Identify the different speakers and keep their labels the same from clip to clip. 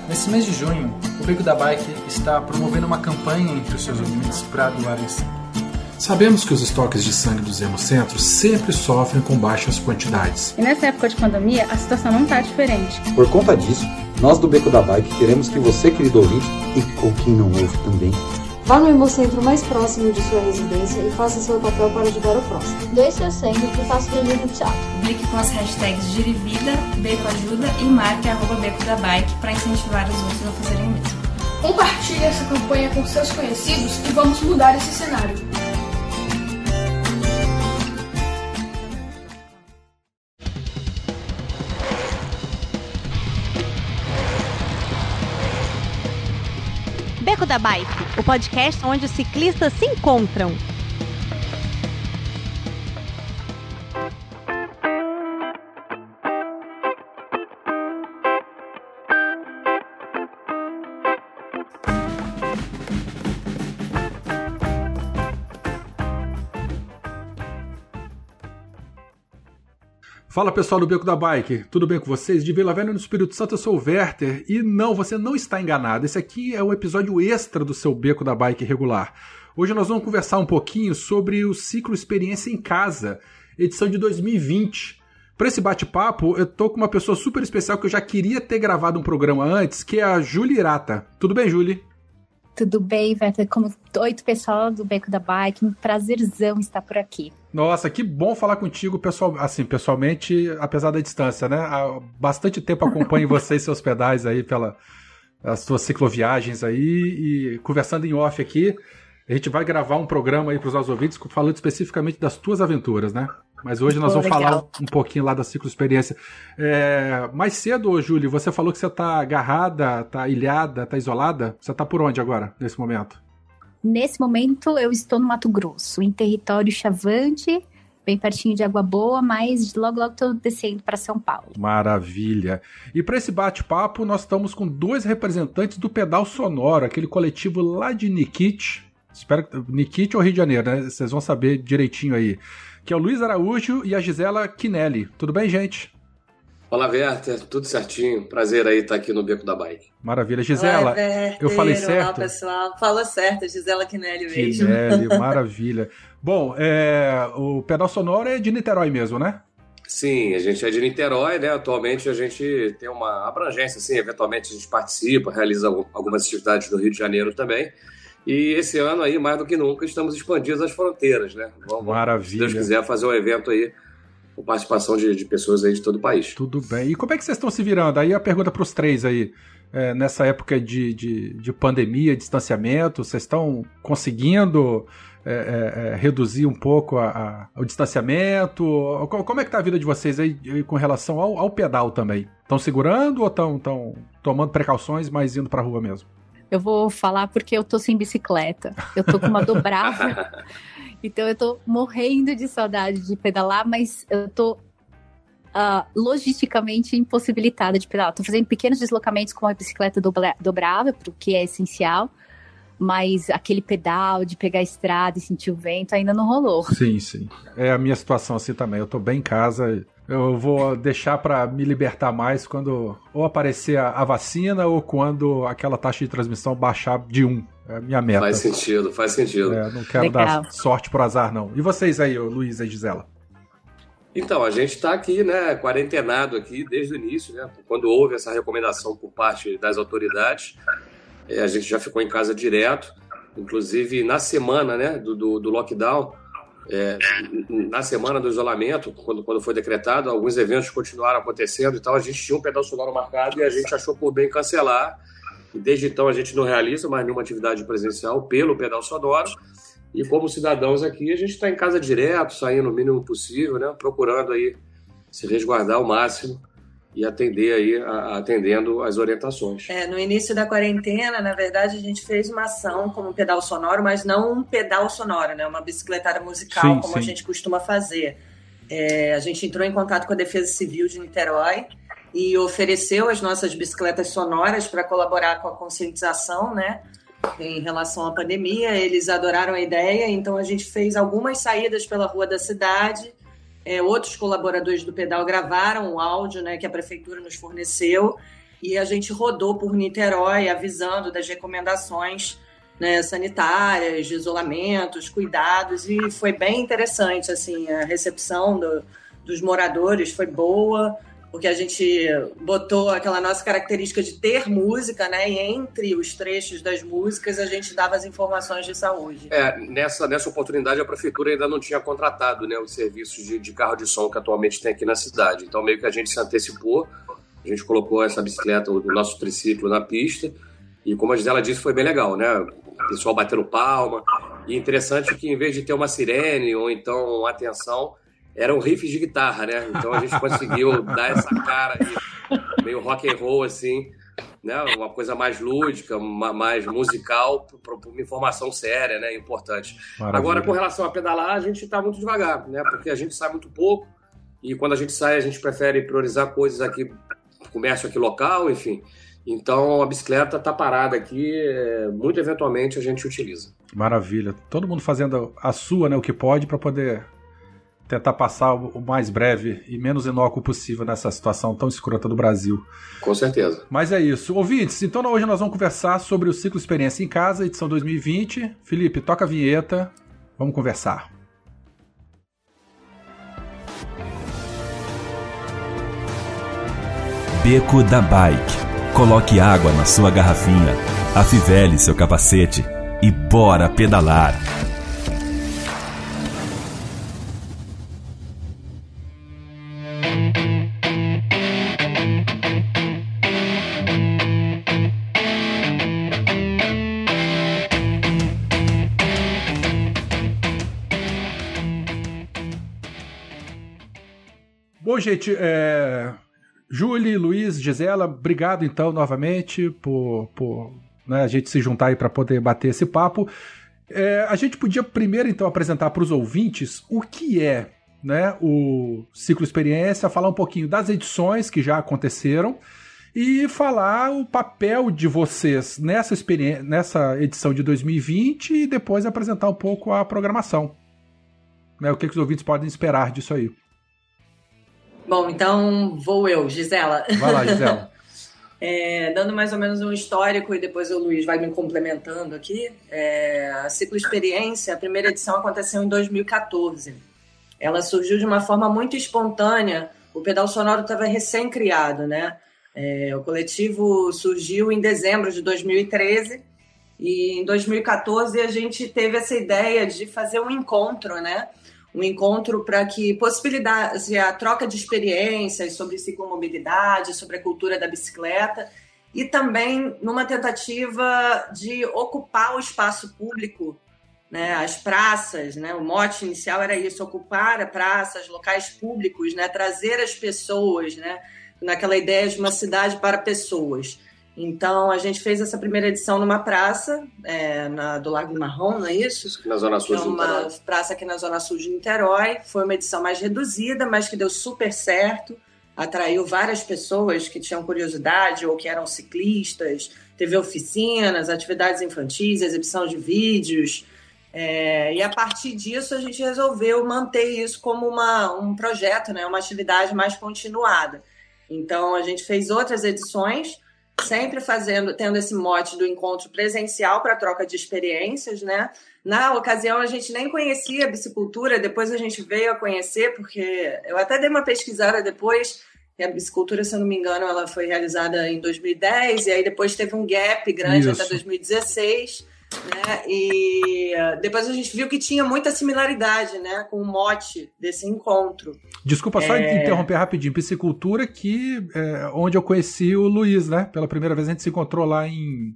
Speaker 1: Nesse mês de junho, o Beco da Bike está promovendo uma campanha entre os seus ouvintes para doarem sangue.
Speaker 2: Sabemos que os estoques de sangue dos hemocentros sempre sofrem com baixas quantidades.
Speaker 3: E nessa época de pandemia, a situação não está diferente.
Speaker 4: Por conta disso, nós do Beco da Bike queremos que você, querido ouvinte, e com quem não ouve também,
Speaker 5: vá no hemocentro mais próximo de sua residência e faça seu papel para ajudar o próximo.
Speaker 6: Doe seu sangue e faça o registro no teatro.
Speaker 7: Publique com as hashtags Girivida, Beco Ajuda e marque @Beco da Bike para incentivar os outros a fazerem o mesmo.
Speaker 8: Compartilhe essa campanha com seus conhecidos e vamos mudar esse cenário.
Speaker 9: Beco da Bike, o podcast onde os ciclistas se encontram.
Speaker 2: Fala pessoal do Beco da Bike, tudo bem com vocês? De Vila Velha no Espírito Santo, eu sou o Werther e não, você não está enganado, esse aqui é o episódio extra do seu Beco da Bike regular. Hoje nós vamos conversar um pouquinho sobre o ciclo Experiência em Casa, edição de 2020. Para esse bate-papo, eu tô com uma pessoa super especial que eu já queria ter gravado um programa antes, que é a Julie Irata. Tudo bem, Julie?
Speaker 3: Tudo bem, Werther? Como oito pessoal do Beco da Bike, um prazerzão estar por aqui.
Speaker 2: Nossa, que bom falar contigo pessoalmente, apesar da distância, né? Há bastante tempo acompanho você e seus pedais aí pelas suas cicloviagens aí e conversando em off aqui, a gente vai gravar um programa aí para os nossos ouvintes falando especificamente das tuas aventuras, né? Mas hoje nós vamos falar um pouquinho lá da cicloexperiência. Mais cedo, Júlio, você falou que você tá agarrada, tá ilhada, tá isolada. Você tá por onde agora, nesse momento?
Speaker 3: Nesse momento eu estou no Mato Grosso, em território Chavante, bem pertinho de Água Boa, mas logo estou descendo para São Paulo.
Speaker 2: Maravilha. E para esse bate-papo nós estamos com dois representantes do Pedal Sonoro, aquele coletivo lá de Nikit. Espero que Nikit ou Rio de Janeiro, né? Vocês vão saber direitinho aí. Que é o Luiz Araújo e a Gisela Quinelli. Tudo bem, gente?
Speaker 10: Olá, Werther. Tudo certinho. Prazer aí estar aqui no Beco da Bike.
Speaker 2: Maravilha. Gisela,
Speaker 11: Werther,
Speaker 2: eu falei certo?
Speaker 11: Olá, pessoal. Falou certo, Gisela Quinelli mesmo.
Speaker 2: Quinelli, maravilha. Bom, o Pedal Sonoro é de Niterói mesmo, né?
Speaker 10: Sim, a gente é de Niterói, né? Atualmente a gente tem uma abrangência, assim, eventualmente a gente participa, realiza algumas atividades no Rio de Janeiro também. E esse ano aí, mais do que nunca, estamos expandindo as fronteiras, né?
Speaker 2: Maravilha.
Speaker 10: Se Deus quiser fazer um evento aí com participação de pessoas aí de todo o país.
Speaker 2: Tudo bem. E como é que vocês estão se virando? Aí a pergunta para os três aí. Nessa época de pandemia, distanciamento, vocês estão conseguindo reduzir um pouco o distanciamento? Como é que está a vida de vocês aí com relação ao pedal também? Estão segurando ou estão tomando precauções, mas indo para a rua mesmo?
Speaker 3: Eu vou falar porque eu tô sem bicicleta. Eu tô com uma dobrável. Então eu tô morrendo de saudade de pedalar, mas eu tô logisticamente impossibilitada de pedalar. Tô fazendo pequenos deslocamentos com a bicicleta dobrável, porque é essencial. Mas aquele pedal de pegar a estrada e sentir o vento ainda não rolou.
Speaker 2: Sim, sim. É a minha situação assim também. Eu tô bem em casa. Eu vou deixar para me libertar mais quando ou aparecer a vacina ou quando aquela taxa de transmissão baixar de 1. É a minha meta.
Speaker 10: Faz sentido.
Speaker 2: Não quero dar sorte pro azar, não. E vocês aí, Luiz e Gisela?
Speaker 10: Então, a gente está aqui, né, quarentenado aqui desde o início, né? Quando houve essa recomendação por parte das autoridades, a gente já ficou em casa direto. Inclusive, na semana, né, do lockdown, na semana do isolamento, quando foi decretado, alguns eventos continuaram acontecendo, então a gente tinha um pedal sonoro marcado e a gente achou por bem cancelar. E desde então a gente não realiza mais nenhuma atividade presencial pelo pedal sonoro. E como cidadãos aqui, a gente está em casa direto, saindo o mínimo possível, né? Procurando aí se resguardar ao máximo e atendendo as orientações.
Speaker 11: No início da quarentena, na verdade, a gente fez uma ação como pedal sonoro, mas não um pedal sonoro, né? Uma bicicletada musical, sim. A gente costuma fazer. A gente entrou em contato com a Defesa Civil de Niterói e ofereceu as nossas bicicletas sonoras para colaborar com a conscientização, né? Em relação à pandemia. Eles adoraram a ideia, então a gente fez algumas saídas pela rua da cidade. Outros colaboradores do pedal gravaram o áudio, né, que a prefeitura nos forneceu e a gente rodou por Niterói avisando das recomendações, né, sanitárias, de isolamentos, cuidados, e foi bem interessante, assim, a recepção dos moradores foi boa, porque a gente botou aquela nossa característica de ter música, né, e entre os trechos das músicas a gente dava as informações de saúde.
Speaker 10: Nessa oportunidade a prefeitura ainda não tinha contratado, né, os serviços de carro de som que atualmente tem aqui na cidade, então meio que a gente se antecipou, a gente colocou essa bicicleta, o nosso triciclo na pista, e como a Gisela disse, foi bem legal, né? O pessoal batendo palma. E interessante que, em vez de ter uma sirene ou então uma atenção, eram riffs de guitarra, né? Então a gente conseguiu dar essa cara aí, meio rock and roll, assim, né? Uma coisa mais lúdica, mais musical, para uma informação séria, né? Importante. Maravilha. Agora, com relação a pedalar, a gente está muito devagar, né? Porque a gente sai muito pouco e quando a gente sai, a gente prefere priorizar coisas aqui, comércio aqui local, enfim. Então, a bicicleta está parada aqui, muito eventualmente a gente utiliza.
Speaker 2: Maravilha. Todo mundo fazendo a sua, né, o que pode, para poder tentar passar o mais breve e menos inócuo possível nessa situação tão escrota do Brasil.
Speaker 10: Com certeza.
Speaker 2: Mas é isso. Ouvintes, então hoje nós vamos conversar sobre o Ciclo Experiência em Casa, edição 2020. Felipe, toca a vinheta, vamos conversar.
Speaker 12: Beco da Bike. Coloque água na sua garrafinha, afivele seu capacete e bora pedalar!
Speaker 2: Bom, gente, Júlia, Luiz, Gisela, obrigado então novamente por né, a gente se juntar aí para poder bater esse papo. A gente podia primeiro então apresentar para os ouvintes o que é, né, o Ciclo Experiência, falar um pouquinho das edições que já aconteceram e falar o papel de vocês nessa edição de 2020 e depois apresentar um pouco a programação. Né, o que os ouvintes podem esperar disso aí.
Speaker 11: Bom, então vou eu, Gisela.
Speaker 2: Vai lá, Gisela.
Speaker 11: Dando mais ou menos um histórico e depois o Luiz vai me complementando aqui. A Ciclo Experiência, a primeira edição aconteceu em 2014. Ela surgiu de uma forma muito espontânea. O Pedal Sonoro estava recém-criado, né? O coletivo surgiu em dezembro de 2013 e em 2014 a gente teve essa ideia de fazer um encontro, né? Um encontro para que possibilitasse a troca de experiências sobre ciclomobilidade, sobre a cultura da bicicleta e também numa tentativa de ocupar o espaço público, né, as praças, né, o mote inicial era isso, ocupar as praças, locais públicos, né, trazer as pessoas, né, naquela ideia de uma cidade para pessoas. Então, a gente fez essa primeira edição numa praça, do Lago Marrom, não é isso?
Speaker 10: Na Zona Sul de Niterói.
Speaker 11: Uma praça aqui na Zona Sul de Niterói. Foi uma edição mais reduzida, mas que deu super certo. Atraiu várias pessoas que tinham curiosidade ou que eram ciclistas. Teve oficinas, atividades infantis, exibição de vídeos. E a partir disso, a gente resolveu manter isso como um projeto, né? Uma atividade mais continuada. Então, a gente fez outras edições, sempre tendo esse mote do encontro presencial para troca de experiências, né? Na ocasião, a gente nem conhecia a bicicultura, depois a gente veio a conhecer, porque eu até dei uma pesquisada depois, e a bicicultura, se eu não me engano, ela foi realizada em 2010, e aí depois teve um gap grande até 2016, né? E depois a gente viu que tinha muita similaridade, né, com o mote desse encontro.
Speaker 2: Desculpa só interromper rapidinho. Piscicultura, que onde eu conheci o Luiz, né? Pela primeira vez a gente se encontrou lá em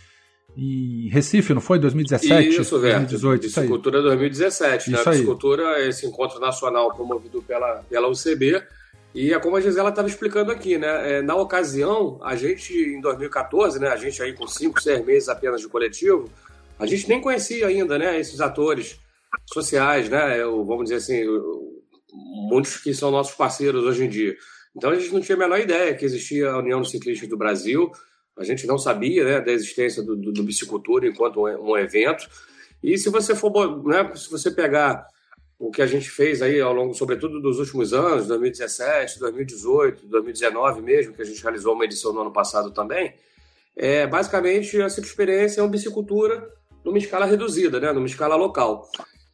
Speaker 2: Recife, não foi? 2017?
Speaker 10: Isso,
Speaker 2: 2018.
Speaker 10: Piscicultura 2017, né? Piscicultura é esse encontro nacional promovido pela UCB. E é como a Gisela estava explicando aqui, né? Na ocasião, a gente, em 2014, né? A gente aí com 5, 6 meses apenas de coletivo, a gente nem conhecia ainda, né? Esses atores sociais, né? Vamos dizer assim, muitos que são nossos parceiros hoje em dia. Então a gente não tinha a menor ideia que existia a União dos Ciclistas do Brasil. A gente não sabia, né, da existência do Bicicultura enquanto um evento. E se você for, né, se você pegar o que a gente fez aí ao longo, sobretudo dos últimos anos, 2017, 2018, 2019 mesmo, que a gente realizou uma edição no ano passado também, basicamente a Cicloexperiência é uma bicicultura numa escala reduzida, né? Numa escala local.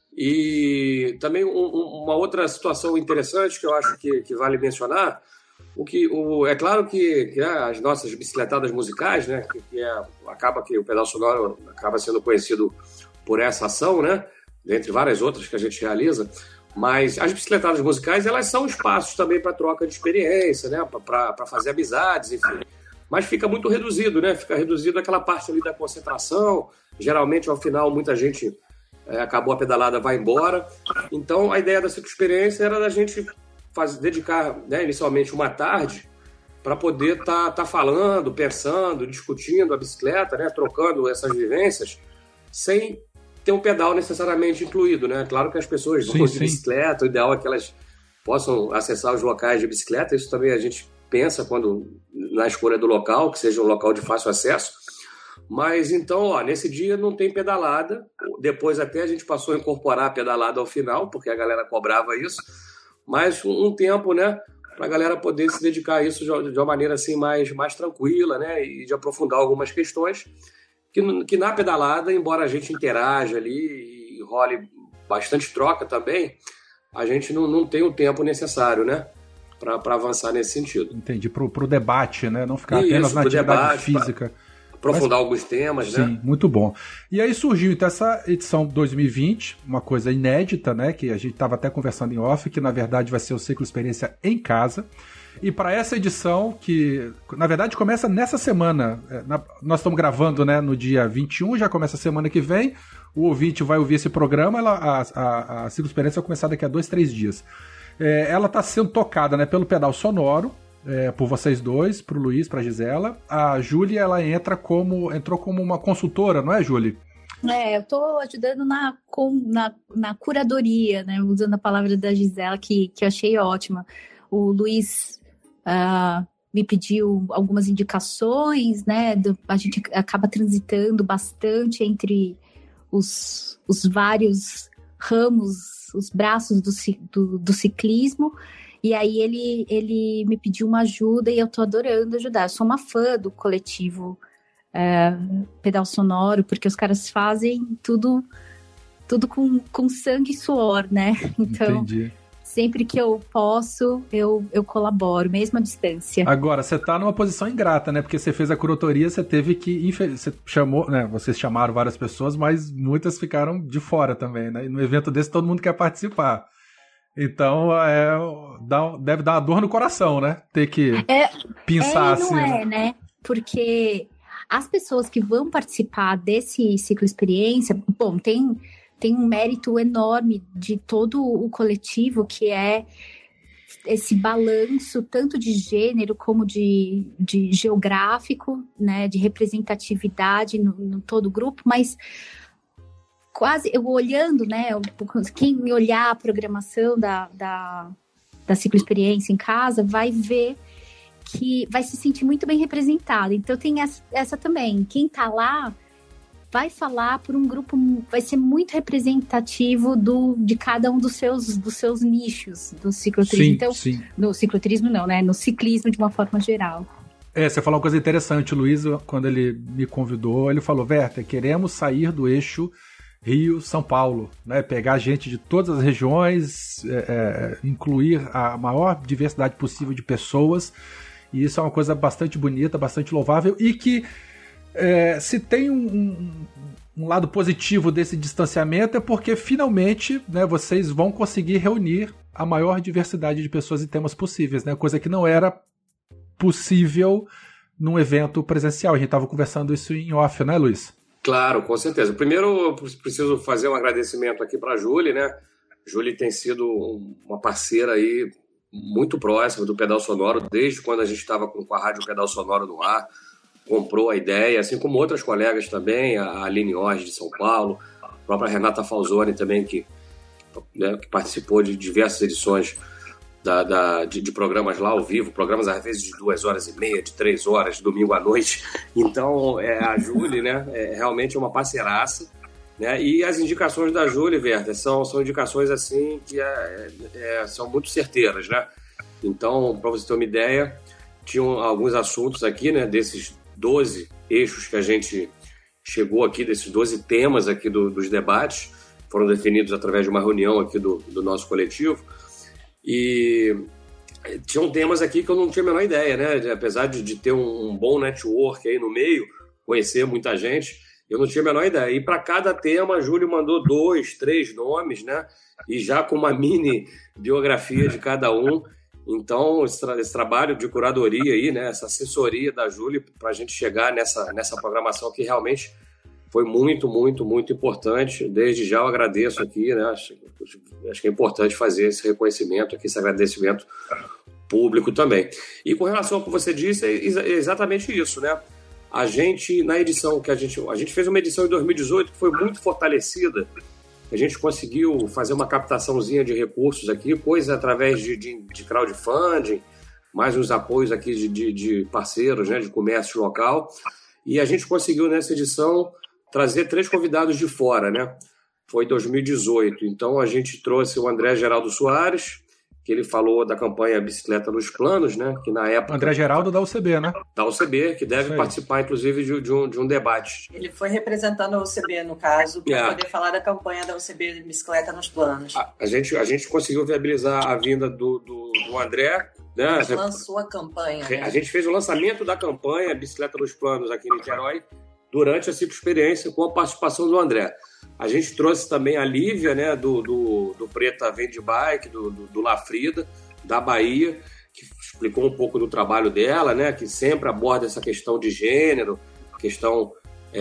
Speaker 10: E também uma outra situação interessante que eu acho que vale mencionar, é claro que as nossas bicicletadas musicais, né? Acaba que o Pedal Sonoro acaba sendo conhecido por essa ação, né? Dentre várias outras que a gente realiza, mas as bicicletadas musicais, elas são espaços também para troca de experiência, né? Para fazer amizades, enfim. Mas fica muito reduzido, né? Fica reduzido aquela parte ali da concentração. Geralmente, ao final, muita gente acabou a pedalada, vai embora. Então, a ideia da Cicloexperiência era da gente dedicar, né, inicialmente uma tarde para poder tá falando, pensando, discutindo a bicicleta, né? Trocando essas vivências, sem ter um pedal necessariamente incluído, né? Claro que as pessoas vão de bicicleta, o ideal é que elas possam acessar os locais de bicicleta. Isso também a gente pensa na escolha do local, que seja um local de fácil acesso. Mas então, nesse dia não tem pedalada. Depois até a gente passou a incorporar a pedalada ao final, porque a galera cobrava isso. Mas um tempo, né, para a galera poder se dedicar a isso de uma maneira assim mais tranquila, né, e de aprofundar algumas questões que na pedalada, embora a gente interaja ali e role bastante troca também, a gente não tem o tempo necessário, né, para avançar nesse sentido.
Speaker 2: Entendi, pro debate, né, não ficar apenas na atividade física.
Speaker 10: Aprofundar alguns temas, né?
Speaker 2: Sim, muito bom. E aí surgiu então essa edição 2020, uma coisa inédita, né, que a gente estava até conversando em off, que na verdade vai ser o Cicloexperiência em Casa. E para essa edição, que na verdade começa nessa semana, nós estamos gravando, né, no dia 21, já começa a semana que vem, o ouvinte vai ouvir esse programa, a Cicloexperiência vai começar daqui a 2-3 dias. Ela está sendo tocada, né, pelo Pedal Sonoro, por vocês dois, pro Luiz, pra Gisela. A Júlia, ela entrou como uma consultora, não é, Júlia?
Speaker 3: Eu tô ajudando na curadoria, né, usando a palavra da Gisela, que eu achei ótima. O Luiz me pediu algumas indicações, né, a gente acaba transitando bastante entre os vários ramos, os braços do ciclismo. E aí ele me pediu uma ajuda e eu tô adorando ajudar. Eu sou uma fã do coletivo Pedal Sonoro, porque os caras fazem tudo com sangue e suor, né? Então,
Speaker 2: entendi.
Speaker 3: Sempre que eu posso, eu colaboro, mesmo à distância.
Speaker 2: Agora, você tá numa posição ingrata, né? Porque você fez a curatoria, você teve que... Você chamou, né? Vocês chamaram várias pessoas, mas muitas ficaram de fora também, né? E no evento desse, todo mundo quer participar. Então, deve dar uma dor no coração, né? Ter que pensar assim.
Speaker 3: Não é, né? Porque as pessoas que vão participar desse Cicloexperiência, bom, tem um mérito enorme de todo o coletivo, que é esse balanço tanto de gênero como de geográfico, né? De representatividade no todo o grupo, mas... quase, eu olhando, né, quem olhar a programação da Cicloexperiência em Casa vai ver que vai se sentir muito bem representado. Então tem essa também, quem tá lá vai falar por um grupo, vai ser muito representativo de cada um dos seus nichos do cicloturismo.
Speaker 2: Sim,
Speaker 3: então,
Speaker 2: sim.
Speaker 3: No cicloturismo não, né, no ciclismo de uma forma geral.
Speaker 2: Você falou uma coisa interessante, o Luiz, quando ele me convidou, ele falou: Werther, queremos sair do eixo Rio, São Paulo, né? Pegar gente de todas as regiões, incluir a maior diversidade possível de pessoas, e isso é uma coisa bastante bonita, bastante louvável, e que se tem um lado positivo desse distanciamento é porque finalmente, né, vocês vão conseguir reunir a maior diversidade de pessoas e temas possíveis, né? Coisa que não era possível num evento presencial. A gente estava conversando isso em off, né, Luiz?
Speaker 10: Claro, com certeza. Primeiro, eu preciso fazer um agradecimento aqui para a Júlia, né? Júlia tem sido uma parceira aí muito próxima do Pedal Sonoro, desde quando a gente estava com a Rádio Pedal Sonoro no ar, comprou a ideia, assim como outras colegas também, a Aline Orge de São Paulo, a própria Renata Falzoni também, que participou de diversas edições de programas lá ao vivo, programas às vezes de 2h30, de 3 horas, domingo à noite. Então, a Júlia, né, realmente é uma parceiraça, né? E as indicações da Júlia, Werther, são indicações assim que são muito certeiras, né? Então, para você ter uma ideia, tinham alguns assuntos aqui, né, desses 12 eixos que a gente chegou aqui, desses 12 temas aqui dos debates, foram definidos através de uma reunião aqui do nosso coletivo, e tinham temas aqui que eu não tinha a menor ideia, né? Apesar de ter um bom network aí no meio, conhecer muita gente, eu não tinha a menor ideia. E para cada tema, a Júlia mandou 2, 3 nomes, né? E já com uma mini biografia de cada um. Então, esse trabalho de curadoria aí, né? Essa assessoria da Júlia para a gente chegar nessa programação que realmente foi muito, muito, muito importante. Desde já eu agradeço aqui, né? Acho que é importante fazer esse reconhecimento aqui, esse agradecimento público também. E com relação ao que você disse, é exatamente isso, né? A gente, na edição que a gente fez uma edição em 2018 que foi muito fortalecida. A gente conseguiu fazer uma captaçãozinha de recursos aqui, coisa através de crowdfunding, mais uns apoios aqui de parceiros, né, de comércio local. E a gente conseguiu, nessa edição, trazer 3 convidados de fora, né? Foi em 2018. Então, a gente trouxe o André Geraldo Soares, que ele falou da campanha Bicicleta nos Planos, né? Que na época...
Speaker 2: André Geraldo da UCB, né?
Speaker 10: Da UCB, que deve participar, inclusive, de um debate.
Speaker 11: Ele foi representando a UCB, no caso, para poder falar da campanha da UCB Bicicleta nos Planos.
Speaker 10: A gente conseguiu viabilizar a vinda do André, né?
Speaker 11: Lançou a campanha. Né?
Speaker 10: A gente fez o lançamento da campanha Bicicleta nos Planos aqui em Niterói durante a cicloexperiência com a participação do André. A gente trouxe também a Lívia, né, do Preta Vende Bike, do Lafrida, da Bahia, que explicou um pouco do trabalho dela, né, que sempre aborda essa questão de gênero, questão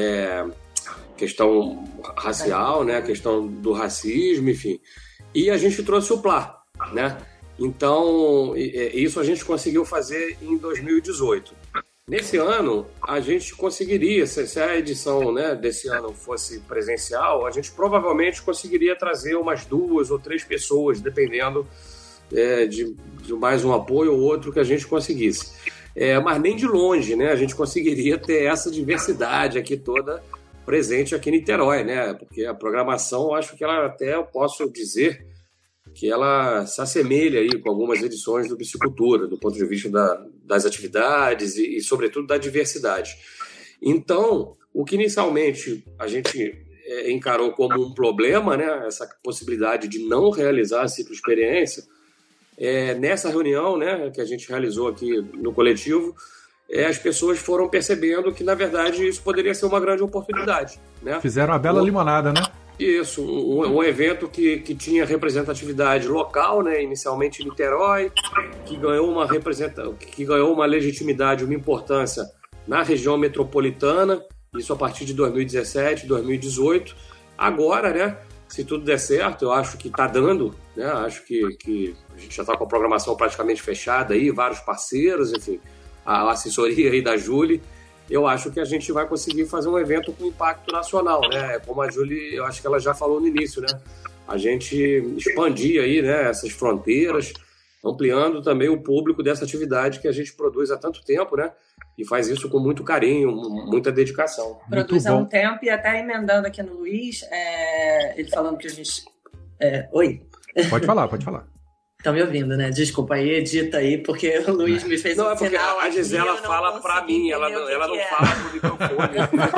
Speaker 10: racial, né, questão do racismo, enfim. E a gente trouxe o Plá, né? Então, isso a gente conseguiu fazer em 2018. Nesse ano, a gente conseguiria, se a edição, né, desse ano fosse presencial, a gente provavelmente conseguiria trazer umas 2 ou 3 pessoas, dependendo de mais um apoio ou outro que a gente conseguisse. Mas nem de longe, né, a gente conseguiria ter essa diversidade aqui toda presente aqui em Niterói, né, porque a programação, eu acho que ela até, eu posso dizer, que ela se assemelha aí com algumas edições do Bicicultura, do ponto de vista das atividades e, sobretudo, da diversidade. Então, o que inicialmente a gente encarou como um problema, né, essa possibilidade de não realizar a cicloexperiência, nessa reunião, né, que a gente realizou aqui no coletivo, as pessoas foram percebendo que, na verdade, isso poderia ser uma grande oportunidade. Né?
Speaker 2: Fizeram uma bela limonada, né?
Speaker 10: Isso, um evento que tinha representatividade local, né, inicialmente em Niterói, que ganhou uma legitimidade, uma importância na região metropolitana, isso a partir de 2017, 2018. Agora, né, se tudo der certo, eu acho que está dando, né, acho que a gente já está com a programação praticamente fechada aí, vários parceiros, enfim, a assessoria aí da Júlia. Eu acho que a gente vai conseguir fazer um evento com impacto nacional, né? Como a Júlia, eu acho que ela já falou no início, né? A gente expandir aí, né, essas fronteiras, ampliando também o público dessa atividade que a gente produz há tanto tempo, né? E faz isso com muito carinho, muita dedicação.
Speaker 11: Produz há um tempo, e até emendando aqui no Luiz, ele falando que a gente... Oi?
Speaker 2: Pode falar.
Speaker 11: Estão me ouvindo, né? Desculpa aí, edita aí, porque o Luiz me fez um sinal.
Speaker 10: A Gisela fala pra mim, ela não fala pro microfone.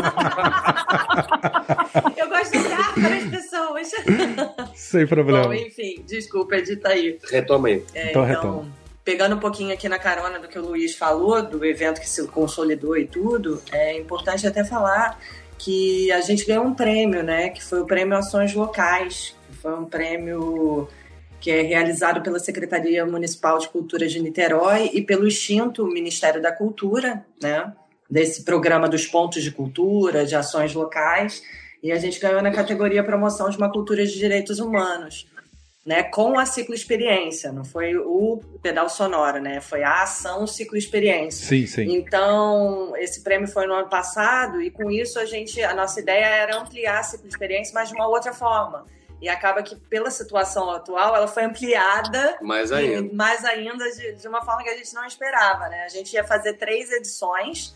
Speaker 11: Eu gosto de olhar para as pessoas.
Speaker 2: Sem problema.
Speaker 11: Bom, enfim, desculpa, edita aí.
Speaker 10: Retoma aí.
Speaker 2: Então retoma.
Speaker 11: Pegando um pouquinho aqui na carona do que o Luiz falou, do evento que se consolidou e tudo, é importante até falar que a gente ganhou um prêmio, né? Que foi o Prêmio Ações Locais, que foi um prêmio que é realizado pela Secretaria Municipal de Cultura de Niterói e pelo extinto Ministério da Cultura, né, desse programa dos pontos de cultura, de ações locais, e a gente ganhou na categoria Promoção de uma Cultura de Direitos Humanos, né, com a cicloexperiência, não foi o pedal sonoro, né, foi a ação cicloexperiência.
Speaker 2: Sim.
Speaker 11: Então, esse prêmio foi no ano passado, e com isso a nossa ideia era ampliar a cicloexperiência, mas de uma outra forma. E acaba que, pela situação atual, ela foi ampliada mais ainda de uma forma que a gente não esperava, né? A gente ia fazer 3 edições,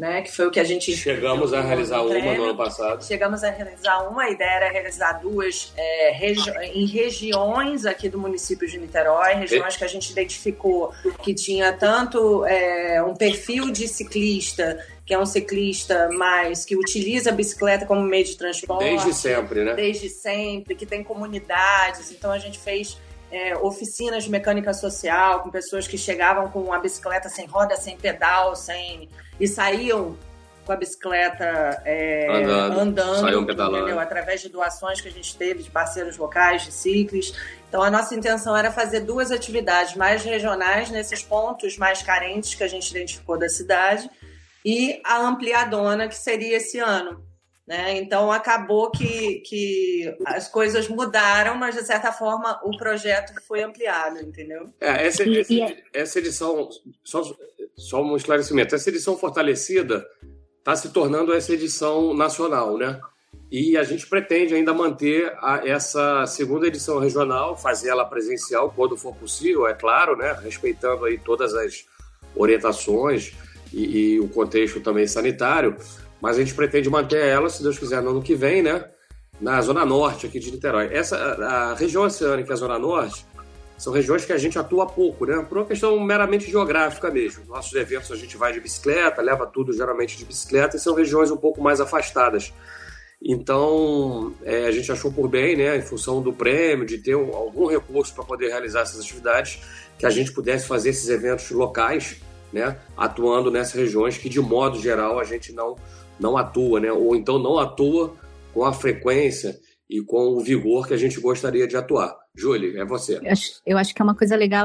Speaker 11: né, que foi o que a gente...
Speaker 10: Chegamos a realizar uma no ano passado.
Speaker 11: Chegamos a realizar uma, a ideia era realizar duas em regiões aqui do município de Niterói, regiões que a gente identificou que tinha tanto um perfil de ciclista, que é um ciclista mais que utiliza a bicicleta como meio de transporte.
Speaker 10: Desde sempre, né?
Speaker 11: Desde sempre, que tem comunidades. Então a gente fez oficinas de mecânica social com pessoas que chegavam com a bicicleta sem roda, sem pedal, e saíam com a bicicleta andando,
Speaker 10: saíam pedalando,
Speaker 11: entendeu? Através de doações que a gente teve de parceiros locais, de ciclos. Então a nossa intenção era fazer duas atividades mais regionais nesses pontos mais carentes que a gente identificou da cidade e a ampliadona que seria esse ano. Né? Então acabou que as coisas mudaram, mas de certa forma o projeto foi ampliado, entendeu?
Speaker 10: Essa edição, só um esclarecimento, essa edição fortalecida está se tornando essa edição nacional, né? E a gente pretende ainda manter essa segunda edição regional, fazer ela presencial quando for possível, é claro, né? Respeitando aí todas as orientações e o contexto também sanitário. Mas a gente pretende manter ela, se Deus quiser, no ano que vem, né? Na Zona Norte aqui de Niterói. A região oceânica e a Zona Norte são regiões que a gente atua pouco, né? Por uma questão meramente geográfica mesmo. Nossos eventos a gente vai de bicicleta, leva tudo geralmente de bicicleta, e são regiões um pouco mais afastadas. Então, a gente achou por bem, né? Em função do prêmio, de ter algum recurso para poder realizar essas atividades, que a gente pudesse fazer esses eventos locais, né? Atuando nessas regiões que, de modo geral, a gente não atua, né? Ou então não atua com a frequência e com o vigor que a gente gostaria de atuar. Júlia, é você.
Speaker 3: Eu acho que é uma coisa legal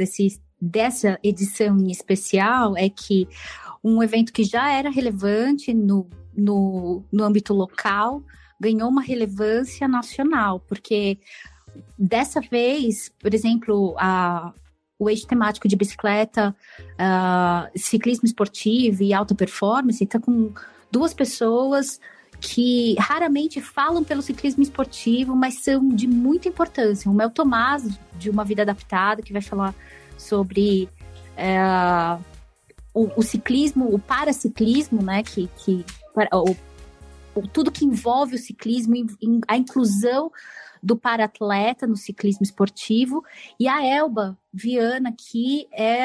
Speaker 3: dessa edição em especial é que um evento que já era relevante no âmbito local ganhou uma relevância nacional, porque dessa vez, por exemplo, o eixo temático de bicicleta, ciclismo esportivo e alta performance está com duas pessoas que raramente falam pelo ciclismo esportivo, mas são de muita importância. Uma é o Tomás, de Uma Vida Adaptada, que vai falar sobre o ciclismo, o paraciclismo, né? Tudo que envolve o ciclismo, a inclusão do para-atleta no ciclismo esportivo. E a Elba Viana, que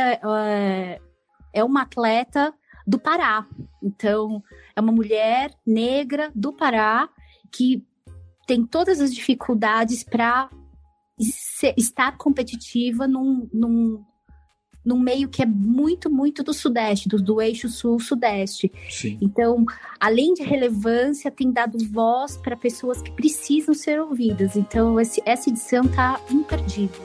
Speaker 3: é uma atleta do Pará. Então, é uma mulher negra do Pará que tem todas as dificuldades para estar competitiva num meio que é muito, muito do Sudeste, do eixo Sul-Sudeste.
Speaker 2: Sim.
Speaker 3: Então, além de relevância, tem dado voz para pessoas que precisam ser ouvidas. Então, essa edição está imperdível.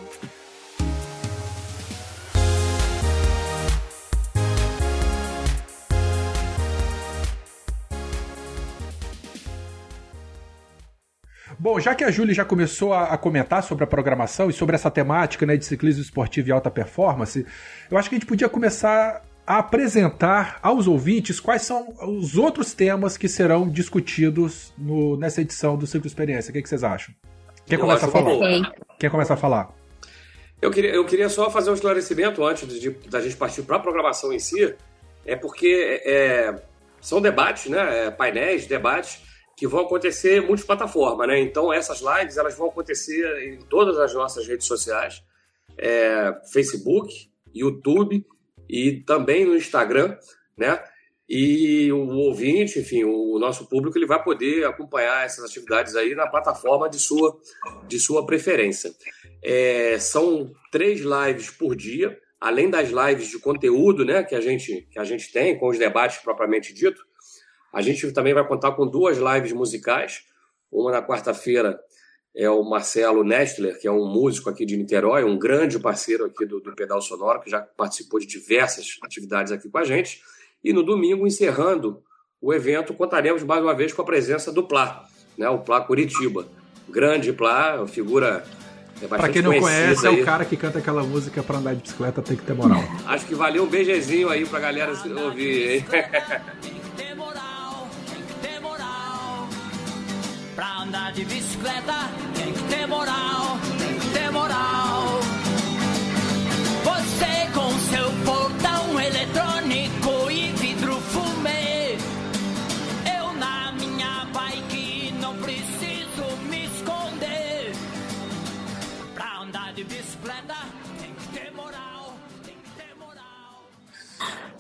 Speaker 2: Bom, já que a Júlia já começou a comentar sobre a programação e sobre essa temática, né, de ciclismo esportivo e alta performance, eu acho que a gente podia começar a apresentar aos ouvintes quais são os outros temas que serão discutidos nessa edição do Ciclo Experiência. O que vocês acham? Quem começa a falar? Quem começa a falar?
Speaker 10: Eu queria só fazer um esclarecimento antes da gente partir para a programação em si, porque são debates, né, painéis, debates, que vão acontecer multiplataforma, né? Então, essas lives elas vão acontecer em todas as nossas redes sociais, Facebook, YouTube e também no Instagram, né? E o ouvinte, enfim, o nosso público, ele vai poder acompanhar essas atividades aí na plataforma de sua preferência. São 3 lives por dia, além das lives de conteúdo, né, que a gente tem, com os debates propriamente dito. A gente também vai contar com 2 lives musicais. Uma na quarta-feira é o Marcelo Nestler, que é um músico aqui de Niterói, um grande parceiro aqui do Pedal Sonoro, que já participou de diversas atividades aqui com a gente. E no domingo, encerrando o evento, contaremos mais uma vez com a presença do Plá, né, o Plá Curitiba. Grande Plá, uma figura bastante
Speaker 2: pra quem não conhece,
Speaker 10: aí.
Speaker 2: É o cara que canta aquela música pra andar de bicicleta, tem que ter moral.
Speaker 10: Acho que valeu um beijezinho aí pra galera ouvir, hein?
Speaker 13: Pra andar de bicicleta tem que ter moral, tem que ter moral. Você com seu portão eletrônico e vidro fumê,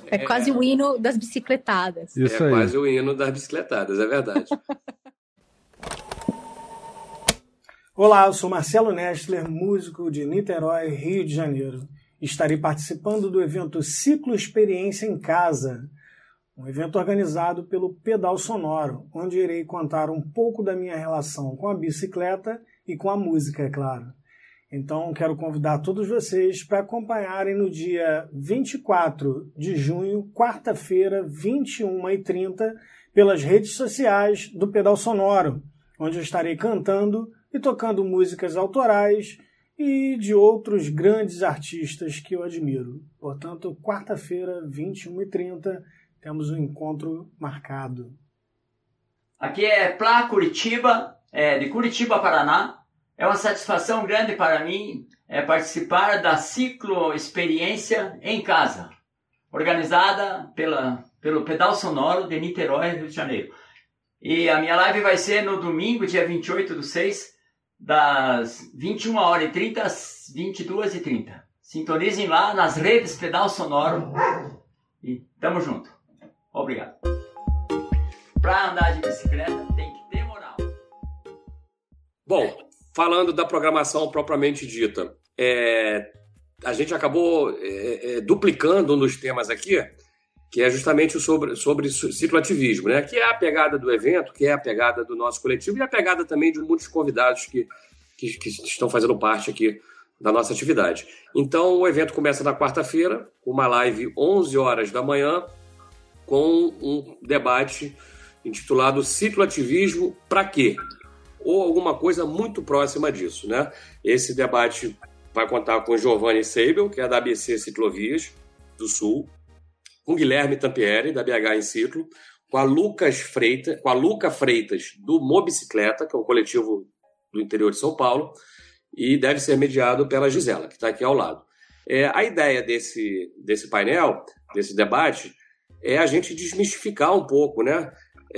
Speaker 3: É quase o hino das bicicletadas.
Speaker 10: Isso aí. Quase o hino das bicicletadas, é verdade.
Speaker 14: Olá, eu sou Marcelo Nestler, músico de Niterói, Rio de Janeiro. Estarei participando do evento Ciclo Experiência em Casa, um evento organizado pelo Pedal Sonoro, onde irei contar um pouco da minha relação com a bicicleta e com a música, é claro. Então, quero convidar todos vocês para acompanharem no dia 24 de junho, quarta-feira, 21h30, pelas redes sociais do Pedal Sonoro, onde eu estarei cantando e tocando músicas autorais e de outros grandes artistas que eu admiro. Portanto, quarta-feira, 21h30, temos um encontro marcado.
Speaker 15: Aqui é Plá Curitiba, de Curitiba, Paraná. É uma satisfação grande para mim participar da Ciclo Experiência em Casa, organizada pelo Pedal Sonoro de Niterói, Rio de Janeiro. E a minha live vai ser no domingo, dia 28/6, das 21h30 às 22h30. Sintonizem lá nas redes Pedal Sonoro e tamo junto. Obrigado. Para andar de bicicleta tem que ter moral.
Speaker 10: Bom, falando da programação propriamente dita, a gente acabou duplicando um dos temas aqui, que é justamente sobre cicloativismo, né? Que é a pegada do evento, que é a pegada do nosso coletivo e a pegada também de muitos convidados que estão fazendo parte aqui da nossa atividade. Então, o evento começa na quarta-feira, uma live 11 horas da manhã, com um debate intitulado Cicloativismo pra quê? Ou alguma coisa muito próxima disso, né? Esse debate vai contar com Giovanni Seibel, que é da ABC Ciclovias do Sul, com Guilherme Tampieri, da BH em Ciclo, com a Luca Freitas, do Mobicicleta, que é um coletivo do interior de São Paulo, e deve ser mediado pela Gisela, que está aqui ao lado. A ideia desse painel, desse debate, é a gente desmistificar um pouco, né?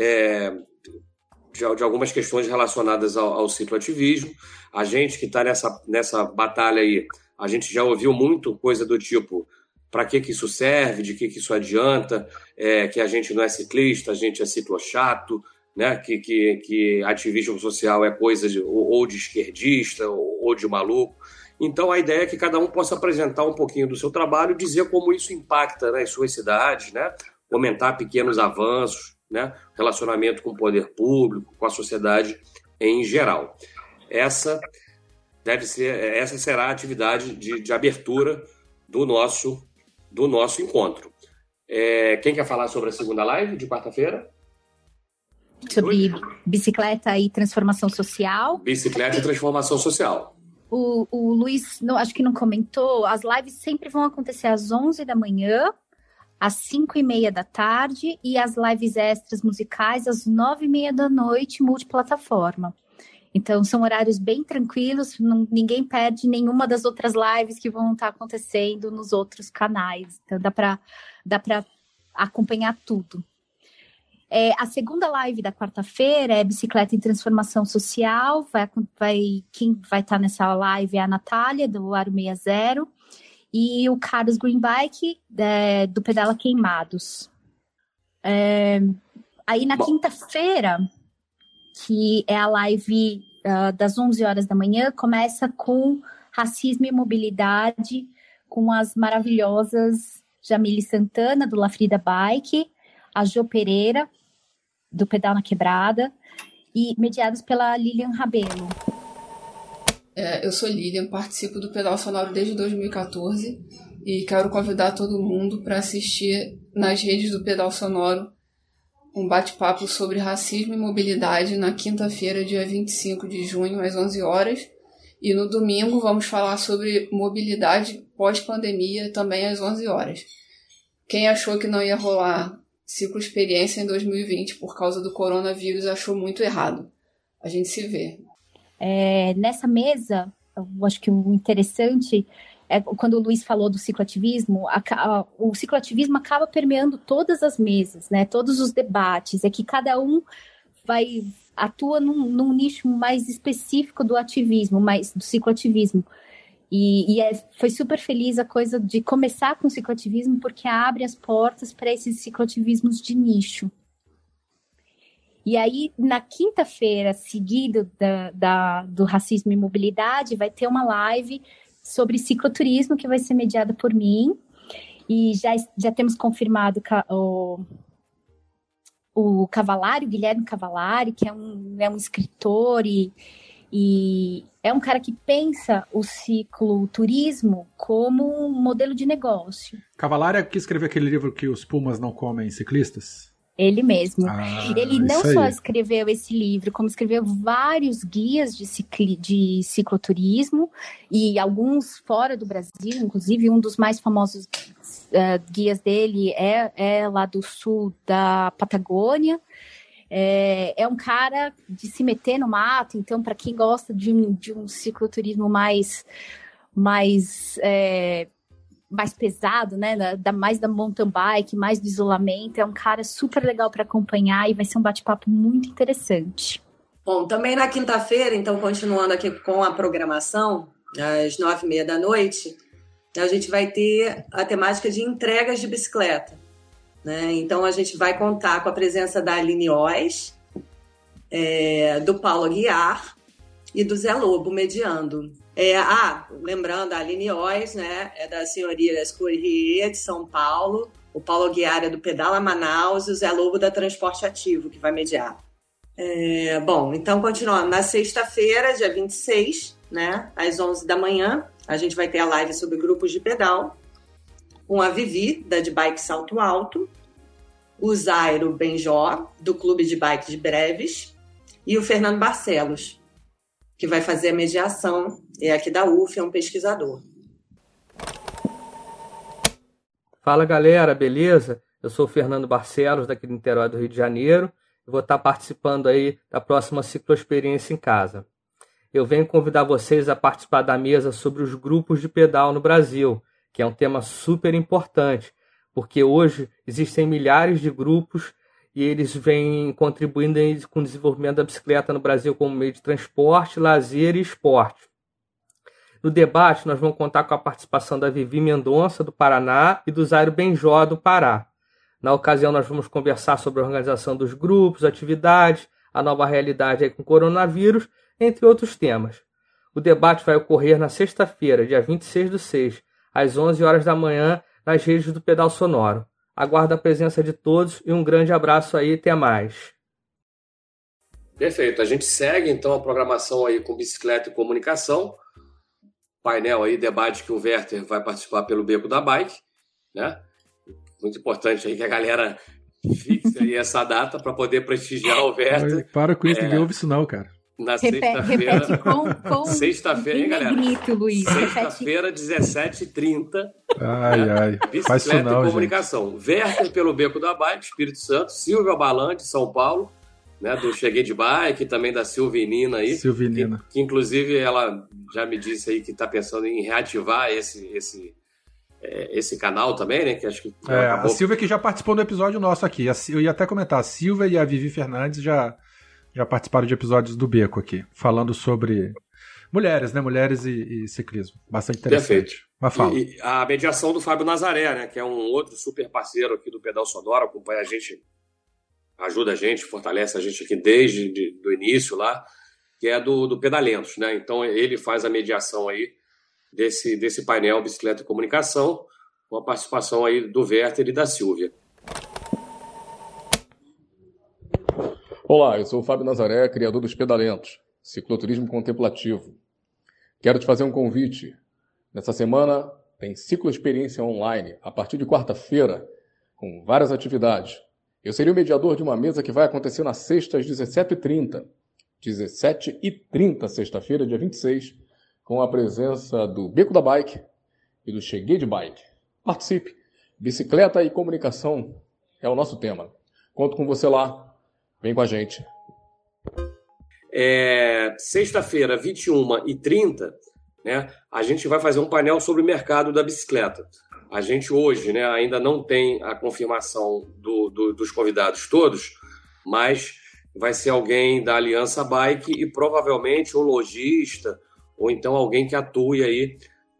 Speaker 10: De algumas questões relacionadas ao cicloativismo. A gente que está nessa batalha aí, a gente já ouviu muito coisa do tipo: para que isso serve, de que isso adianta, que a gente não é ciclista, a gente é ciclochato, né? que ativismo social é coisa ou de esquerdista ou de maluco. Então a ideia é que cada um possa apresentar um pouquinho do seu trabalho, dizer como isso impacta nas suas cidades, né? Comentar pequenos avanços, né? Relacionamento com o poder público, com a sociedade em geral. Essa será a atividade de abertura do nosso encontro. Quem quer falar sobre a segunda live de quarta-feira?
Speaker 3: Sobre bicicleta e transformação social.
Speaker 10: Bicicleta e transformação social.
Speaker 3: O Luiz, acho que não comentou, as lives sempre vão acontecer às 11 da manhã, às 5h30 da tarde, e as lives extras musicais às 9h30 da noite, multiplataforma. Então, são horários bem tranquilos, ninguém perde nenhuma das outras lives que vão estar acontecendo nos outros canais. Então, dá para acompanhar tudo. A segunda live da quarta-feira é Bicicleta em Transformação Social. Quem vai estar nessa live é a Natália, do Aro 60, e o Carlos Greenbike, do Pedala Queimados. Aí na quinta-feira, que é a live das 11 horas da manhã, começa com Racismo e Mobilidade, com as maravilhosas Jamile Santana, do Lafrida Bike, a Jo Pereira, do Pedal na Quebrada, e mediados pela Lilian Rabelo.
Speaker 16: Eu sou Lilian, participo do Pedal Sonoro desde 2014 e quero convidar todo mundo para assistir nas redes do Pedal Sonoro um bate-papo sobre racismo e mobilidade na quinta-feira, dia 25 de junho, às 11 horas. E no domingo vamos falar sobre mobilidade pós-pandemia, também às 11 horas. Quem achou que não ia rolar Ciclo Experiência em 2020 por causa do coronavírus achou muito errado. A gente se vê.
Speaker 3: Nessa mesa, eu acho que o interessante é quando o Luiz falou do cicloativismo, o cicloativismo acaba permeando todas as mesas, né? Todos os debates. É que cada um atua num nicho mais específico do ativismo, do cicloativismo. Foi super feliz a coisa de começar com o cicloativismo, porque abre as portas para esses cicloativismos de nicho. E aí, na quinta-feira, seguido do Racismo e Mobilidade, vai ter uma live sobre cicloturismo que vai ser mediada por mim. E já temos confirmado o Cavallari, o Guilherme Cavallari, que é um escritor e é um cara que pensa o cicloturismo como um modelo de negócio.
Speaker 2: Cavallari é que escreveu aquele livro que os pumas não comem ciclistas?
Speaker 3: Ele mesmo. Ele não só escreveu esse livro, como escreveu vários guias de cicloturismo e alguns fora do Brasil, inclusive um dos mais famosos guias dele é lá do sul da Patagônia. É um cara de se meter no mato, então para quem gosta de um cicloturismo mais pesado, né? Mais da mountain bike, mais do isolamento. É um cara super legal para acompanhar e vai ser um bate-papo muito interessante.
Speaker 11: Bom, também na quinta-feira, então, continuando aqui com a programação, às 9h30 da noite, a gente vai ter a temática de entregas de bicicleta, né? Então, a gente vai contar com a presença da Aline Oz, do Paulo Aguiar e do Zé Lobo mediando. Lembrando, a Aline Oz, né, é da Senhorias Courrier de São Paulo, o Paulo Aguiar é do Pedala Manaus e o Zé Lobo da Transporte Ativo, que vai mediar. Bom, então, continuando, na sexta-feira, dia 26, né, às 11 da manhã, a gente vai ter a live sobre grupos de pedal, com a Vivi, da de Bike Salto Alto, o Zairo Benjó, do Clube de Bike de Breves, e o Fernando Barcelos, que vai fazer a mediação, é aqui da UF, é um pesquisador.
Speaker 17: Fala, galera, beleza? Eu sou o Fernando Barcelos, daqui de Niterói, do Rio de Janeiro, e vou estar participando aí da próxima cicloexperiência em casa. Eu venho convidar vocês a participar da mesa sobre os grupos de pedal no Brasil, que é um tema super importante, porque hoje existem milhares de grupos e eles vêm contribuindo com o desenvolvimento da bicicleta no Brasil como meio de transporte, lazer e esporte. No debate, nós vamos contar com a participação da Vivi Mendonça, do Paraná, e do Zairo Benjó, do Pará. Na ocasião, nós vamos conversar sobre a organização dos grupos, atividades, a nova realidade aí com o coronavírus, entre outros temas. O debate vai ocorrer na sexta-feira, dia 26/6, às 11 horas da manhã, nas redes do Pedal Sonoro. Aguardo a presença de todos e um grande abraço aí, até mais.
Speaker 10: Perfeito, a gente segue então a programação aí com bicicleta e comunicação. Painel aí, debate que o Werther vai participar pelo Beco da Bike, né? Muito importante aí que a galera fixe aí essa data para poder prestigiar o Werther.
Speaker 2: Para com isso, ninguém ouve isso não, cara.
Speaker 10: Na sexta-feira.
Speaker 3: Repete com
Speaker 10: sexta-feira, hein, galera?
Speaker 3: Bonito, Luiz.
Speaker 10: Sexta-feira, 17h30.
Speaker 2: Ai. Faz isso não,
Speaker 10: e comunicação.
Speaker 2: Gente.
Speaker 10: Werther pelo Beco da Bike, Espírito Santo. Silvia Balan, de São Paulo, né, do Cheguei de Bike, também da Silvinina aí.
Speaker 2: Silvinina.
Speaker 10: Que inclusive ela já me disse aí que está pensando em reativar esse canal também, né? Que acho que
Speaker 2: a Silvia que já participou do episódio nosso aqui. Eu ia até comentar, a Silvia e a Vivi Fernandes já participaram de episódios do Beco aqui, falando sobre mulheres, né? Mulheres e ciclismo. Bastante interessante.
Speaker 10: Perfeito.
Speaker 2: Mas fala.
Speaker 10: E a mediação do Fábio Nazaré, né? Que é um outro super parceiro aqui do Pedal Sonoro, acompanha a gente, ajuda a gente, fortalece a gente aqui desde o início lá, que é do Pedalentos, né? Então ele faz a mediação aí desse painel Bicicleta e Comunicação, com a participação aí do Werther e da Silvia.
Speaker 18: Olá, eu sou o Fábio Nazaré, criador dos Pedalentos, cicloturismo contemplativo. Quero te fazer um convite. Nessa semana tem cicloexperiência online, a partir de quarta-feira, com várias atividades. Eu serei o mediador de uma mesa que vai acontecer na sexta às 17h30. 17h30, sexta-feira, dia 26, com a presença do Beco da Bike e do Cheguei de Bike. Participe! Bicicleta e comunicação é o nosso tema. Conto com você lá. Vem com a gente.
Speaker 10: Sexta-feira, 21h30, né, a gente vai fazer um painel sobre o mercado da bicicleta. A gente hoje, né, ainda não tem a confirmação dos convidados todos, mas vai ser alguém da Aliança Bike e provavelmente um lojista ou então alguém que atue aí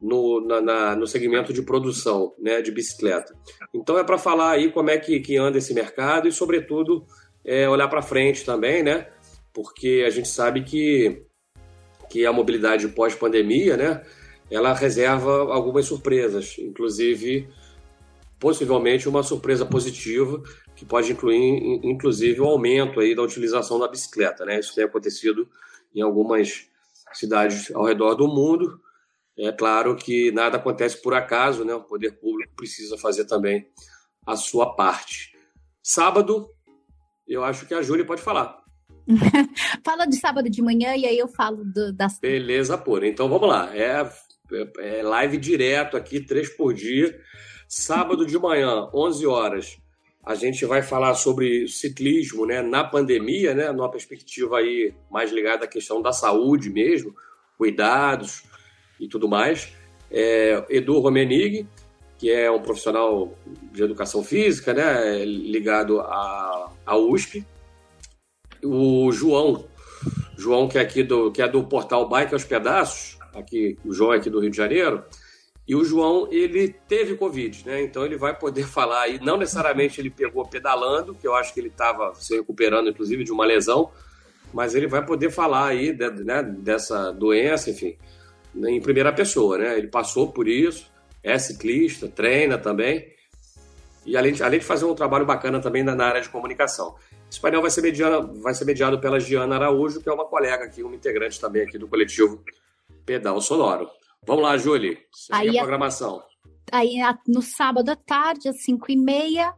Speaker 10: no segmento de produção, né, de bicicleta. Então é para falar aí como é que anda esse mercado e, sobretudo, olhar para frente também, né, porque a gente sabe que a mobilidade pós-pandemia, né, ela reserva algumas surpresas, inclusive, possivelmente, uma surpresa positiva que pode incluir, inclusive, o aumento aí da utilização da bicicleta, né? Isso tem acontecido em algumas cidades ao redor do mundo. É claro que nada acontece por acaso, né? O poder público precisa fazer também a sua parte. Sábado, eu acho que a Júlia pode falar.
Speaker 3: Fala de sábado de manhã e aí eu falo das...
Speaker 10: Beleza, pura. Então vamos lá. É live direto aqui, 3 por dia. Sábado de manhã, 11 horas, a gente vai falar sobre ciclismo, né, na pandemia, né, numa perspectiva aí mais ligada à questão da saúde mesmo, cuidados e tudo mais. Edu Romenig, que é um profissional de educação física, né, ligado à USP. O João, que é do portal Bike aos Pedaços, aqui, o João é aqui do Rio de Janeiro, e o João, ele teve Covid, né? Então ele vai poder falar aí, não necessariamente ele pegou pedalando, que eu acho que ele estava se recuperando, inclusive, de uma lesão, mas ele vai poder falar aí, né, dessa doença, enfim, em primeira pessoa, né? Ele passou por isso, é ciclista, treina também, e além de fazer um trabalho bacana também na área de comunicação. Esse painel vai ser mediado pela Giana Araújo, que é uma colega aqui, uma integrante também aqui do coletivo Pedal Sonoro. Vamos lá, Júlia. Segue a programação.
Speaker 3: Aí, no sábado à tarde, às 5h30,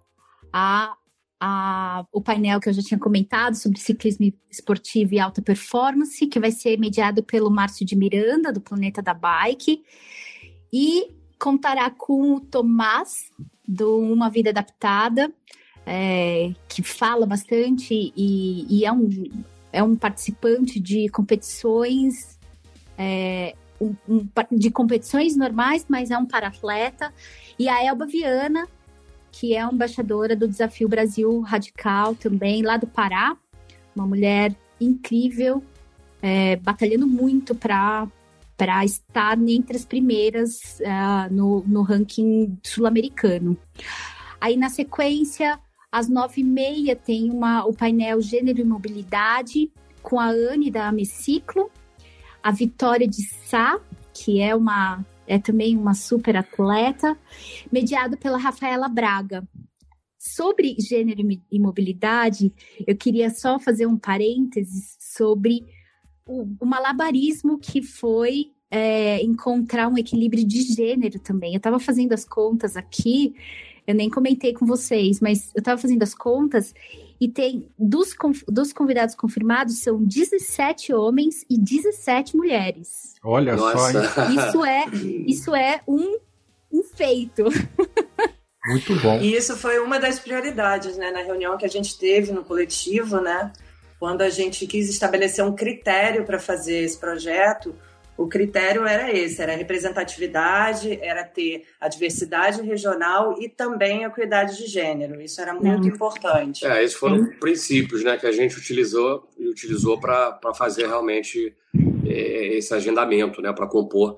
Speaker 3: o painel que eu já tinha comentado sobre ciclismo esportivo e alta performance, que vai ser mediado pelo Márcio de Miranda, do Planeta da Bike. E contará com o Tomás, do Uma Vida Adaptada, que fala bastante e é um participante de competições... de competições normais, mas é um para-atleta, e a Elba Viana, que é embaixadora do Desafio Brasil Radical também, lá do Pará, uma mulher incrível, batalhando muito para estar entre as primeiras no ranking sul-americano. Aí, na sequência, às 9h30, tem o painel Gênero e Mobilidade, com a Anne da Ameciclo, a Vitória de Sá, que é também uma super atleta, mediado pela Rafaela Braga. Sobre gênero e mobilidade, eu queria só fazer um parênteses sobre o malabarismo que foi encontrar um equilíbrio de gênero também. Eu estava fazendo as contas aqui, eu nem comentei com vocês, mas eu estava fazendo as contas e tem, dos convidados confirmados, são 17 homens e 17 mulheres.
Speaker 2: Olha só,
Speaker 3: hein? Isso é um feito.
Speaker 2: Muito bom.
Speaker 11: E isso foi uma das prioridades, né, na reunião que a gente teve no coletivo, né? Quando a gente quis estabelecer um critério para fazer esse projeto, o critério era esse, era a representatividade, era ter a diversidade regional e também a equidade de gênero. Isso era muito importante.
Speaker 10: Esses foram princípios, né, que a gente utilizou para fazer realmente esse agendamento, né, para compor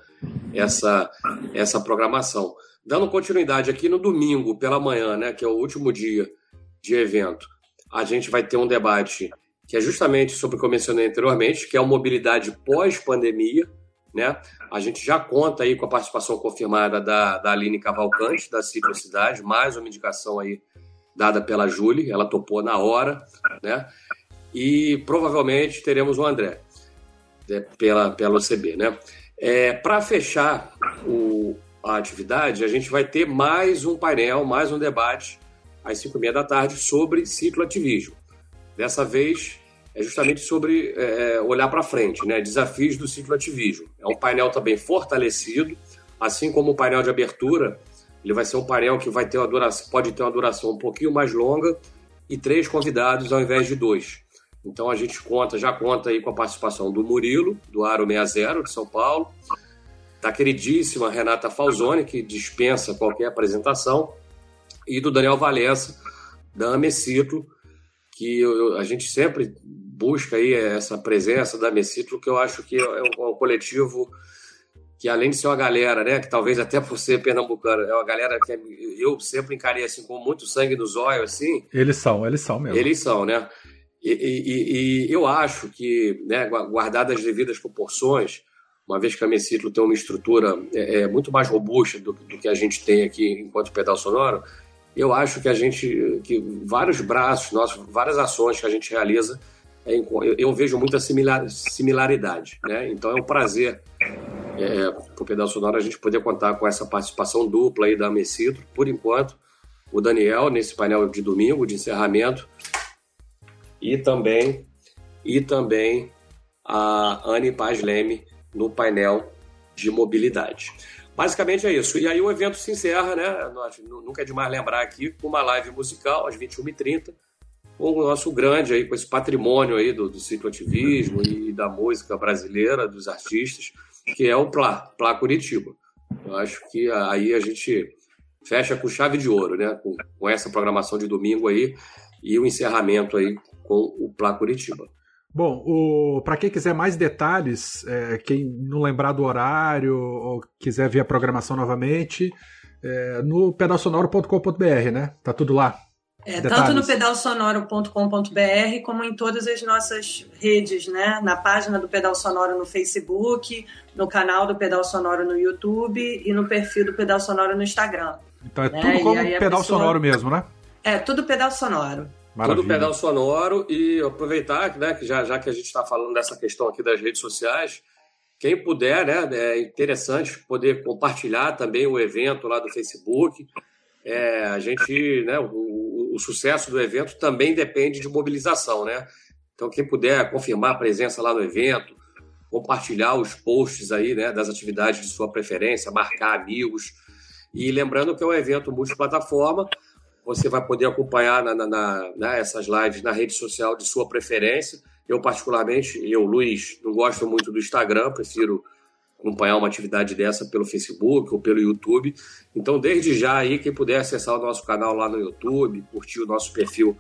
Speaker 10: essa programação. Dando continuidade aqui no domingo pela manhã, né, que é o último dia de evento, a gente vai ter um debate que é justamente sobre o que eu mencionei anteriormente, que é a mobilidade pós-pandemia, né? A gente já conta aí com a participação confirmada da Aline Cavalcante, da Ciclocidade, mais uma indicação aí dada pela Júlia, ela topou na hora, né? E provavelmente teremos o André, pela OCB, né? Para fechar a atividade, a gente vai ter mais um painel, mais um debate às 5h30 da tarde sobre cicloativismo. Dessa vez é justamente sobre olhar para frente, né? Desafios do cicloativismo. É um painel também fortalecido, assim como o painel de abertura, ele vai ser um painel que vai ter pode ter uma duração um pouquinho mais longa e 3 convidados ao invés de 2. Então a gente já conta aí com a participação do Murilo, do Aro 60, de São Paulo, da queridíssima Renata Falzoni, que dispensa qualquer apresentação, e do Daniel Valença, da Ameciclo, que a gente sempre busca aí essa presença da Ameciclo, que eu acho que é um coletivo que além de ser uma galera, né, que talvez até por ser pernambucana, é uma galera que eu sempre encarei assim, com muito sangue nos olhos, assim.
Speaker 2: Eles são mesmo.
Speaker 10: Eles são, né? E eu acho que, né, guardadas as devidas proporções, uma vez que a Meciclo tem uma estrutura muito mais robusta do que a gente tem aqui enquanto pedal sonoro, eu acho que vários braços nossos, várias ações que a gente realiza, eu vejo muita similaridade, né? Então é um prazer para o pedal sonoro a gente poder contar com essa participação dupla aí da Meciclo, por enquanto, o Daniel nesse painel de domingo, de encerramento, e também a Anne Paz Leme no painel de mobilidade. Basicamente é isso. E aí o evento se encerra, né? Nunca é demais lembrar aqui, com uma live musical às 21h30, com o nosso grande aí, com esse patrimônio aí do cicloativismo e da música brasileira, dos artistas, que é o Plá Curitiba. Eu acho que aí a gente fecha com chave de ouro, né? Com essa programação de domingo aí e o encerramento aí com o Plá Curitiba.
Speaker 2: Bom, para quem quiser mais detalhes, quem não lembrar do horário ou quiser ver a programação novamente, no pedalsonoro.com.br, né? Tá tudo lá.
Speaker 11: Tanto no pedalsonoro.com.br como em todas as nossas redes, né? Na página do Pedal Sonoro no Facebook, no canal do Pedal Sonoro no YouTube e no perfil do Pedal Sonoro no Instagram.
Speaker 2: Então é tudo como pedal sonoro mesmo, né?
Speaker 11: Tudo pedal sonoro.
Speaker 2: Maravilha.
Speaker 10: Todo pedal sonoro. E aproveitar, né, que já que a gente está falando dessa questão aqui das redes sociais, quem puder, né, é interessante poder compartilhar também o evento lá do Facebook. A gente, né, o sucesso do evento também depende de mobilização, né? Então quem puder confirmar a presença lá no evento, compartilhar os posts aí, né, das atividades de sua preferência, marcar amigos. E lembrando que é um evento multiplataforma. Você vai poder acompanhar essas lives na rede social de sua preferência. Eu, particularmente, Luiz, não gosto muito do Instagram, prefiro acompanhar uma atividade dessa pelo Facebook ou pelo YouTube. Então, desde já, aí, quem puder acessar o nosso canal lá no YouTube, curtir o nosso perfil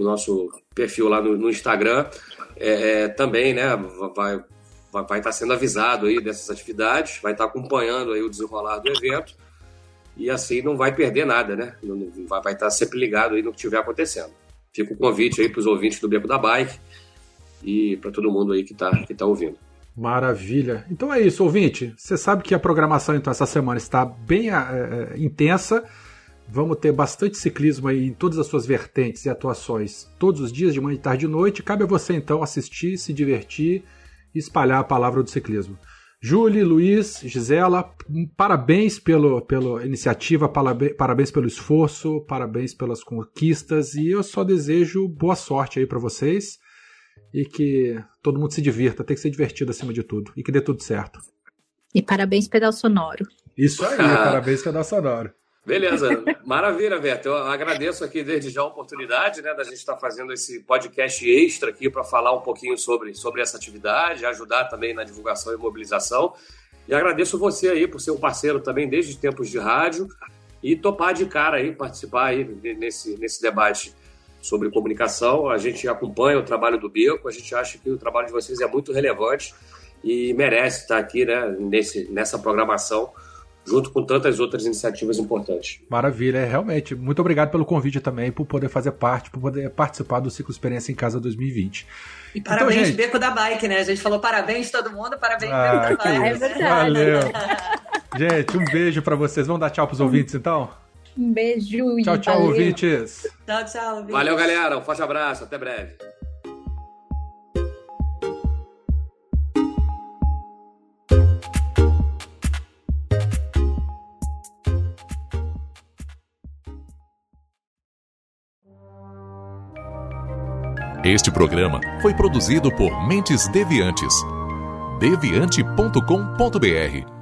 Speaker 10: lá no Instagram, também, né, vai estar sendo avisado aí dessas atividades, vai estar acompanhando aí o desenrolar do evento. E assim não vai perder nada, né? Vai estar sempre ligado aí no que estiver acontecendo. Fica o convite aí para os ouvintes do Beco da Bike e para todo mundo aí que tá ouvindo.
Speaker 2: Maravilha. Então é isso, ouvinte. Você sabe que a programação então essa semana está bem intensa. Vamos ter bastante ciclismo aí em todas as suas vertentes e atuações todos os dias, de manhã, tarde e noite. Cabe a você então assistir, se divertir e espalhar a palavra do ciclismo. Júlia, Luiz, Gisela, parabéns pela iniciativa, parabéns pelo esforço, parabéns pelas conquistas e eu só desejo boa sorte aí para vocês e que todo mundo se divirta, tem que ser divertido acima de tudo e que dê tudo certo.
Speaker 3: E parabéns Pedal Sonoro.
Speaker 2: Isso aí, parabéns Pedal Sonoro.
Speaker 10: Beleza, maravilha, Beto. Eu agradeço aqui desde já a oportunidade, né, da gente estar fazendo esse podcast extra aqui para falar um pouquinho sobre essa atividade, ajudar também na divulgação e mobilização. E agradeço você aí por ser um parceiro também desde tempos de rádio e topar de cara aí, participar aí nesse debate sobre comunicação. A gente acompanha o trabalho do Beco, a gente acha que o trabalho de vocês é muito relevante e merece estar aqui, né, nessa programação, junto com tantas outras iniciativas importantes.
Speaker 2: Maravilha, realmente. Muito obrigado pelo convite também, por poder fazer parte, por poder participar do Ciclo Experiência em Casa 2020.
Speaker 11: E parabéns, então, gente... Beco da Bike, né? A gente falou parabéns todo mundo, parabéns, Beco da Bike.
Speaker 3: É verdade.
Speaker 2: Valeu. Gente, um beijo pra vocês. Vamos dar tchau pros ouvintes, então?
Speaker 3: Um beijo.
Speaker 2: Tchau, tchau, valeu. Ouvintes.
Speaker 11: Tchau, ouvintes.
Speaker 10: Valeu, galera. Um forte abraço. Até breve.
Speaker 12: Este programa foi produzido por Mentes Deviantes. deviante.com.br